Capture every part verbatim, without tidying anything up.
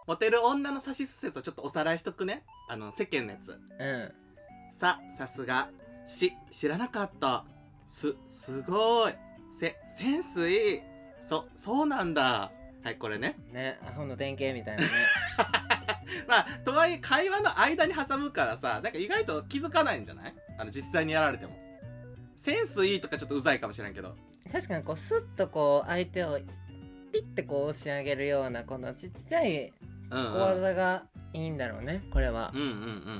モテる女のさしすせそちょっとおさらいしとくね。あの世間のやつ。 うんさ、さすが。し、知らなかった。す、すごい。せ、センスいい。そ、そうなんだ。はい、これね。 ね、アホの典型みたいなねまあとはいえ会話の間に挟むからさ、なんか意外と気づかないんじゃない？あの実際にやられても。センスいいとかちょっとうざいかもしれんけど、 確かにこうスッとこう相手をピッてこう押し上げるようなこのちっちゃいうんうん、 小技がいいんだろうね、これは。 うんうんうん。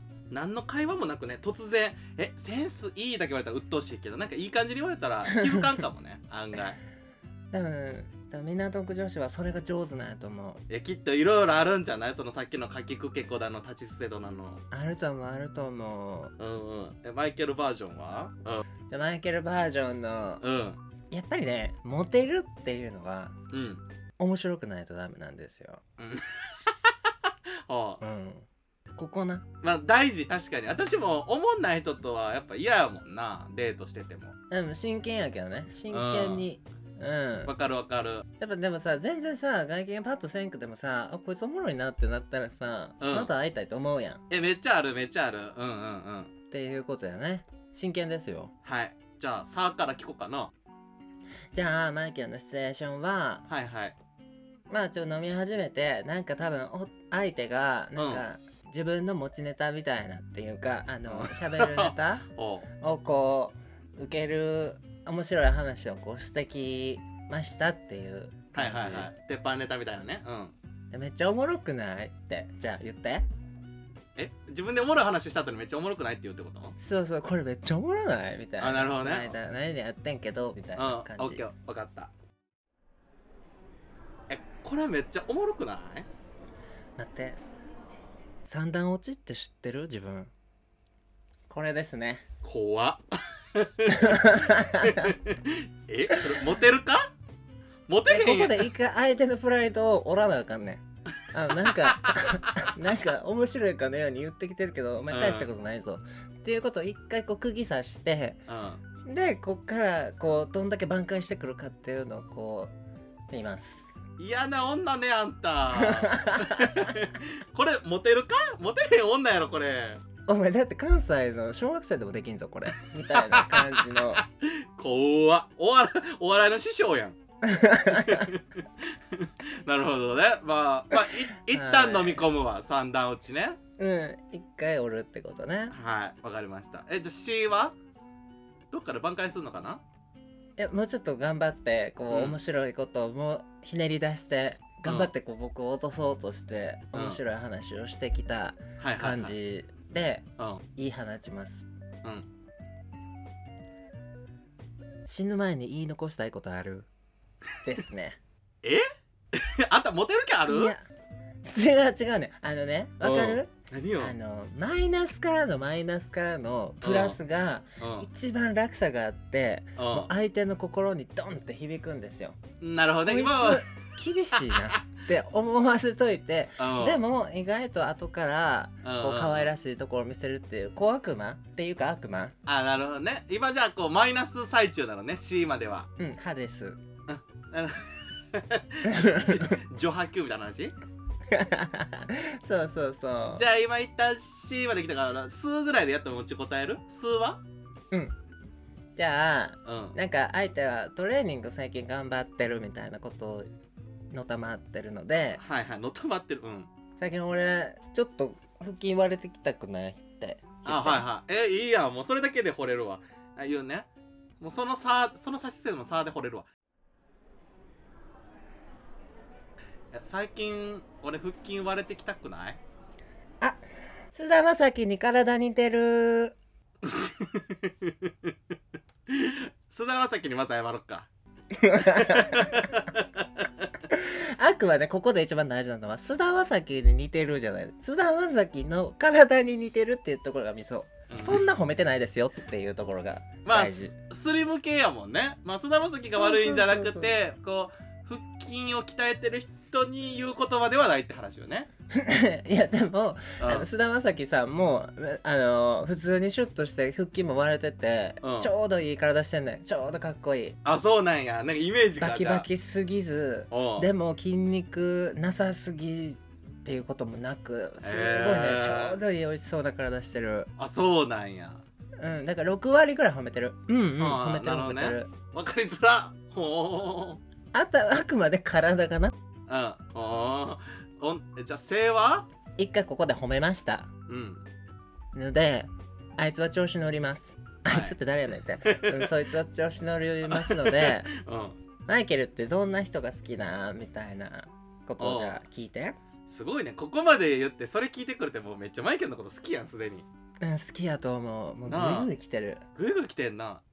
何の会話もなくね、突然「え、センスいい」だけ言われたら鬱陶しいけど、なんかいい感じに言われたら気づかんかもね案外。 多分港区女子はそれが上手なんやと思う。 え、きっといろいろあるんじゃない？そのさっきのかきくけこだの立ちつせどなの。 あると思うあると思う。 うんうん。え、マイケルバージョンは？ じゃマイケルバージョンのうんうんやっぱりね、モテるっていうのがうん面白くないとダメなんですよ。 うんはあ、 うん、ここな。 まあ大事。確かに私も思んない人とはやっぱ嫌やもんな、デートしてても。 でも真剣やけどね、真剣に。うん。 わかるわかる。 やっぱでもさ、全然さ、外見パッとせんくてもさ、あ、こいつおもろいなってなったらさ、 うんまた会いたいと思うやん。っえ、めっちゃあるめっちゃある。うんうんうん。 ていうことやね。真剣ですよ。 はい。じゃあさあから聞こうかな。 じゃあマイケルのシチュエーションは、 はいはい。 まあちょっと飲み始めて、なんか多分お相手がなんか、自分の持ちネタみたいなっていうか、あの喋るネタおうをこう受ける面白い話をこうしてきましたっていう感じ。 はいはいはい。鉄板ネタみたいなね。うん。 でめっちゃおもろくないってじゃあ言って。 え、自分でおもろい話した後にめっちゃおもろくないって言うってこと？ そうそう、これめっちゃおもろないみたいな。 あ、なるほどね。 この間何でやってんけどみたいうん、オな感じ。 ッケー、分かった。え、これめっちゃおもろくない？ 待って、三段落ちって知ってる？自分これですね。 怖っ。え、これモテるか？モテへんやん。 ここで一回相手のプライドを折らなあかんねん。あのなんかなんか面白いかのように言ってきてるけどお前大したことないぞ、うん、っていうことを一回こう釘刺して、うん、でこっからこうどんだけ挽回してくるかっていうのをこう見ます。 嫌な女ねあんた。これモテるか？モテへん女やろこれ。 お前だって関西の小学生でもできんぞこれみたいな感じの。 怖っ。お笑いお笑いの師匠やん。なるほどね。まあ、まあ、い一旦飲み込むわ、三段落ちね。 うん一回折るってことね。 はいわかりました。え、じゃあ C はどっかで挽回するのかな？ えもうちょっと頑張ってこう、うん、面白いことをもうひねり出して頑張ってこう、うん、僕を落とそうとして面白い話をしてきた感じで言い放ちます。うん、死ぬ前に言い残したいことある？ですね。 えあんたモテる気ある？ いや違う違うね。あのね、わかる？ 何よ？ あのマイナスからのマイナスからのプラスが一番落差があってもう相手の心にドンって響くんですよ。 なるほどね。 今は厳しいなって思わせといてでも意外と後からこう可愛らしいところを見せるっていう小悪魔っていうか悪魔。 あ、なるほどね。今じゃあこうマイナス最中なのね C までは。 うん、派です。 序波級みたいな話？ そうそうそう。 じゃあ今一旦 C まで来たから数ぐらいでやっても持ち答える？数は？ うんじゃあ、うん、なんか相手はトレーニング最近頑張ってるみたいなことをのたまってるので、 はいはい、のたまってる。うん。 最近俺ちょっと腹筋割れてきたくないって。 あ、はいはい。え、いいやん。もうそれだけで惚れるわ。あ、言うね。もうその差、その差しせも差で惚れるわ。最近俺腹筋割れてきたくない？ あ、菅田将暉に体似てる。 菅田将暉にまず謝ろっか。 悪はね、ここで一番大事なのは菅田将暉に似てるじゃない。菅田将暉の体に似てるっていうところがミソ、うん、そんな褒めてないですよっていうところが大事。 まあスリム系やもんね。まあ菅田将暉が悪いんじゃなくて、こう腹筋を鍛えてる人に言う言葉ではないって話よね。 いやでも菅田将暉さんもあの普通にシュッとして腹筋も割れてて、うん、ちょうどいい体してんねん。ちょうどかっこいい。 あ、そうなんや。なんかイメージがバキバキすぎずでも筋肉なさすぎっていうこともなくすごいね、 えーちょうどいい美味しそうな体してる。 あ、そうなんや。 うんだからろくわりぐらい褒めてる。うんうんあー褒めてるなるほどね褒めてる。 わかりづら。ほあとあくまで体がな。 ー。うんほー。おんえじゃあ性は？ 一回ここで褒めましたうんので、あいつは調子乗ります。 はいあいつって誰やねんって、うん、そいつは調子乗りますのでうんマイケルってどんな人が好きなみたいなことをじゃあ聞いて。 すごいね。ここまで言ってそれ聞いてくれてもうめっちゃマイケルのこと好きやんすでに。 うん好きやと思う。もうグなあイグイ来てる。 グイグイ来てんな。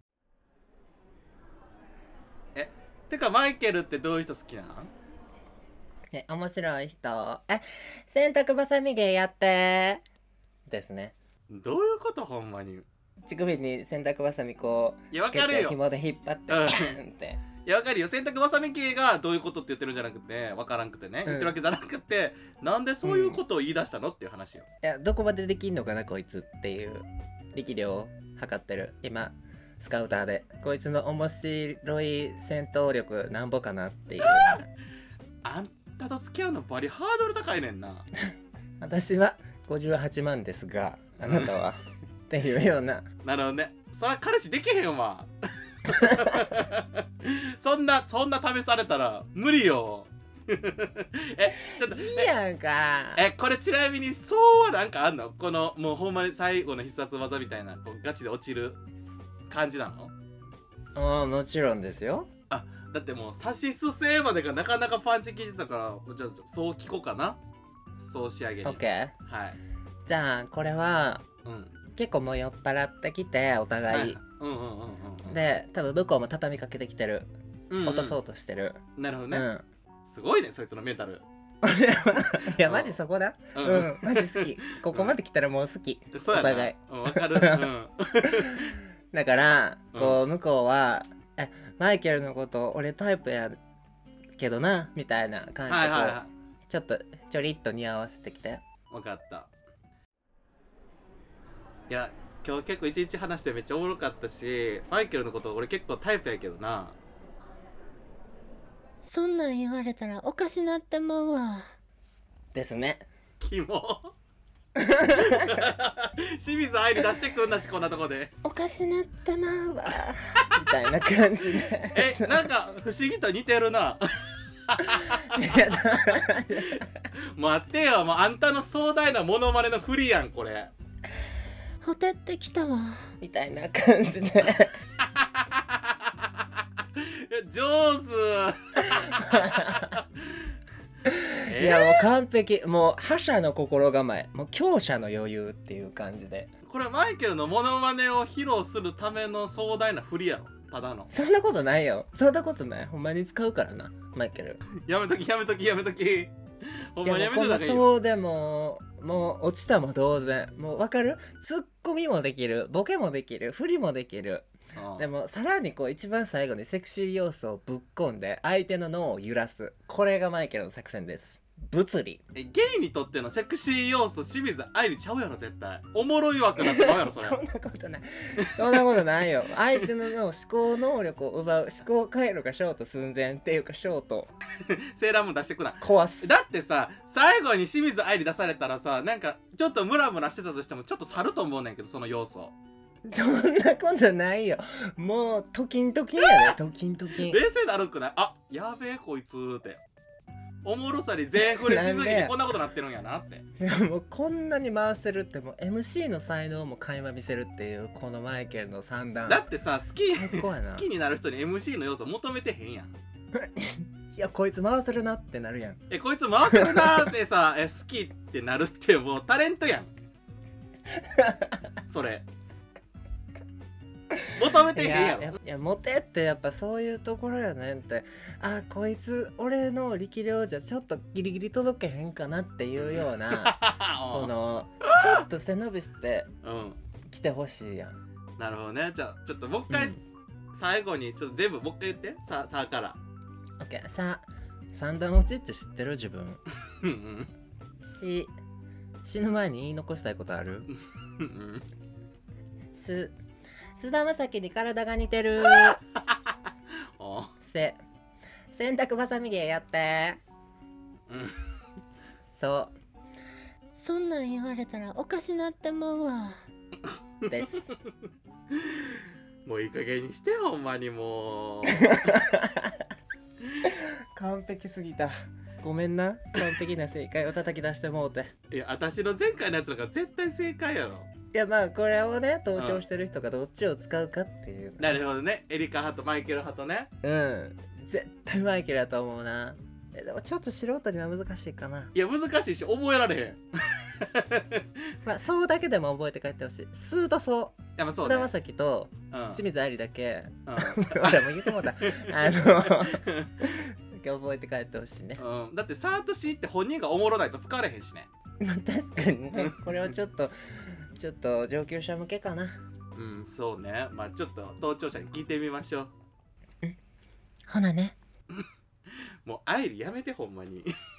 えてかマイケルってどういう人好きなん？ え面白い人。え洗濯バサミ芸やってですね。 どういうことほんまに。 乳首に洗濯バサミこういやわかるよ。 紐で引っ張ってうんキャンっていやわかるよ。洗濯バサミ系がどういうことって言ってるんじゃなくてわからんくてね、 うん言ってるわけじゃなくて、なんでそういうことを言い出したのっていう話よ。 いやどこまでできんのかなこいつっていう力量を測ってる今スカウターで。こいつの面白い戦闘力なんぼかなっていうあんたと付き合うのバリハードル高いねんな。 私はごじゅうはちまんですがあなたはっていうような。 なるほどね。そりゃ彼氏できへんわ。そんなそんな試されたら無理よ。えちょっといいやんか。 えこれちなみにそうはなんかあんの？このもうほんまに最後の必殺技みたいなこうガチで落ちる感じなの？ ああもちろんですよ。 だってもうサシス製までがなかなかパンチ効いてたからじゃあそう聞こうかな。そう仕上げに。 OK はい。 じゃあこれはうん結構もう酔っ払ってきてお互い、 はいうんうんうんうんうんで多分向こうも畳みかけてきてる、 うんうん落とそうとしてる。 なるほどね、 うんすごいねそいつのメンタル。 いやマジそこだ。 ううんん、マジ好き。ここまで来たらもう好き。 そうやな。 お互いうんわかる。うんだからうんこう向こうは「えマイケルのこと俺タイプやけどな」みたいな感じでこうはいはいはちょっとちょりっと似合わせてきて。 いわかった。いや今日結構一日話してめっちゃおもろかったし、マイケルのこと俺結構タイプやけどな。 そんなん言われたらおかしなって思うわ。ですね。 キモ。清水愛理出してくんなしこんなとこで。 おかしなってまうわみたいな感じで。 えなんか不思議と似てるな。 いや待ってよ、もうあんたの壮大なモノマネの振りやんこれ。 ほてってきたわみたいな感じで。 いや上手。 いやもう完璧。もう覇者の心構え、もう強者の余裕っていう感じで。 これマイケルのモノマネを披露するための壮大な振りやろただの。 そんなことないよ。そんなことない。ほんまに使うからなマイケル。 やめときやめときやめとき。ほんまにやめいやもうこんなときいいよ。 そうでももう落ちたも同然。もう分かる。ツッコミもできる、ボケもできる、振りもできる。 うんでもさらにこう一番最後にセクシー要素をぶっ込んで相手の脳を揺らす。これがマイケルの作戦です。物理。 えゲイにとってのセクシー要素清水愛理ちゃうやろ絶対。おもろい枠なってまうやろそれ。 そんなことない。そんなことないよ。相手の脳思考能力を奪う。思考回路がショート寸前っていうかショートセーラームーン出してくな。 壊す。 だってさ最後に清水愛理出されたらさなんかちょっとムラムラしてたとしてもちょっと去ると思うねんけどその要素。 そんなことないよ。もうトキントキンやで。トキントキン。 冷静なるくない？あやべえこいつっておもろさに全振りしすぎてこんなことなってるんやなって。 いやもうこんなに回せるってもう エムシー の才能も垣間見せるっていうこのマイケルの三段。 だってさ好き最高やな。 好きになる人に エムシー の要素求めてへんやん。 いやこいつ回せるなってなるやん。 えこいつ回せるなーってさえ好きってなるってもうタレントやん。それ求めてへんいやろ。 やいやモテってやっぱそういうところやねんって。あこいつ俺の力量じゃちょっとギリギリ届けへんかなっていうようなこのちょっと背伸びしてうん来てほしいやん。 なるほどね。じゃあちょっともう一回、 うん最後にちょっと全部もう一回言ってささあから。 オッケー。さあ三段落ちって知ってる自分。 うんうんし死ぬ前に言い残したいことある？ うんうんす菅田将暉に体が似てる。 おせ洗濯バサミ芸やって。 うんそうそんなん言われたらおかしなってまうわですもういい加減にしてほんまにもう完璧すぎた。ごめんな、完璧な正解を叩き出してもうて。 いや私の前回のやつなんか絶対正解やろ。 いやまあこれをね同調してる人がどっちを使うかっていう、 なるほどね。エリカ派とマイケル派とね。 うん絶対マイケルだと思うな。えでもちょっと素人には難しいかな。 いや難しいし覚えられへん。 まあそうだけでも覚えて帰ってほしい。スーとソいやまあそうね。 菅田将暉とうん清水愛理だけ、 うほらもう言ってもうたあの覚えて帰ってほしいね。 んうん、だってサーとシーって本人がおもろないと使われへんしね。 まあ確かにねこれはちょっとちょっと上級者向けかな。 うんそうね。まあちょっと同調者に聞いてみましょう。 ほなね。 もう愛理やめてほんまに。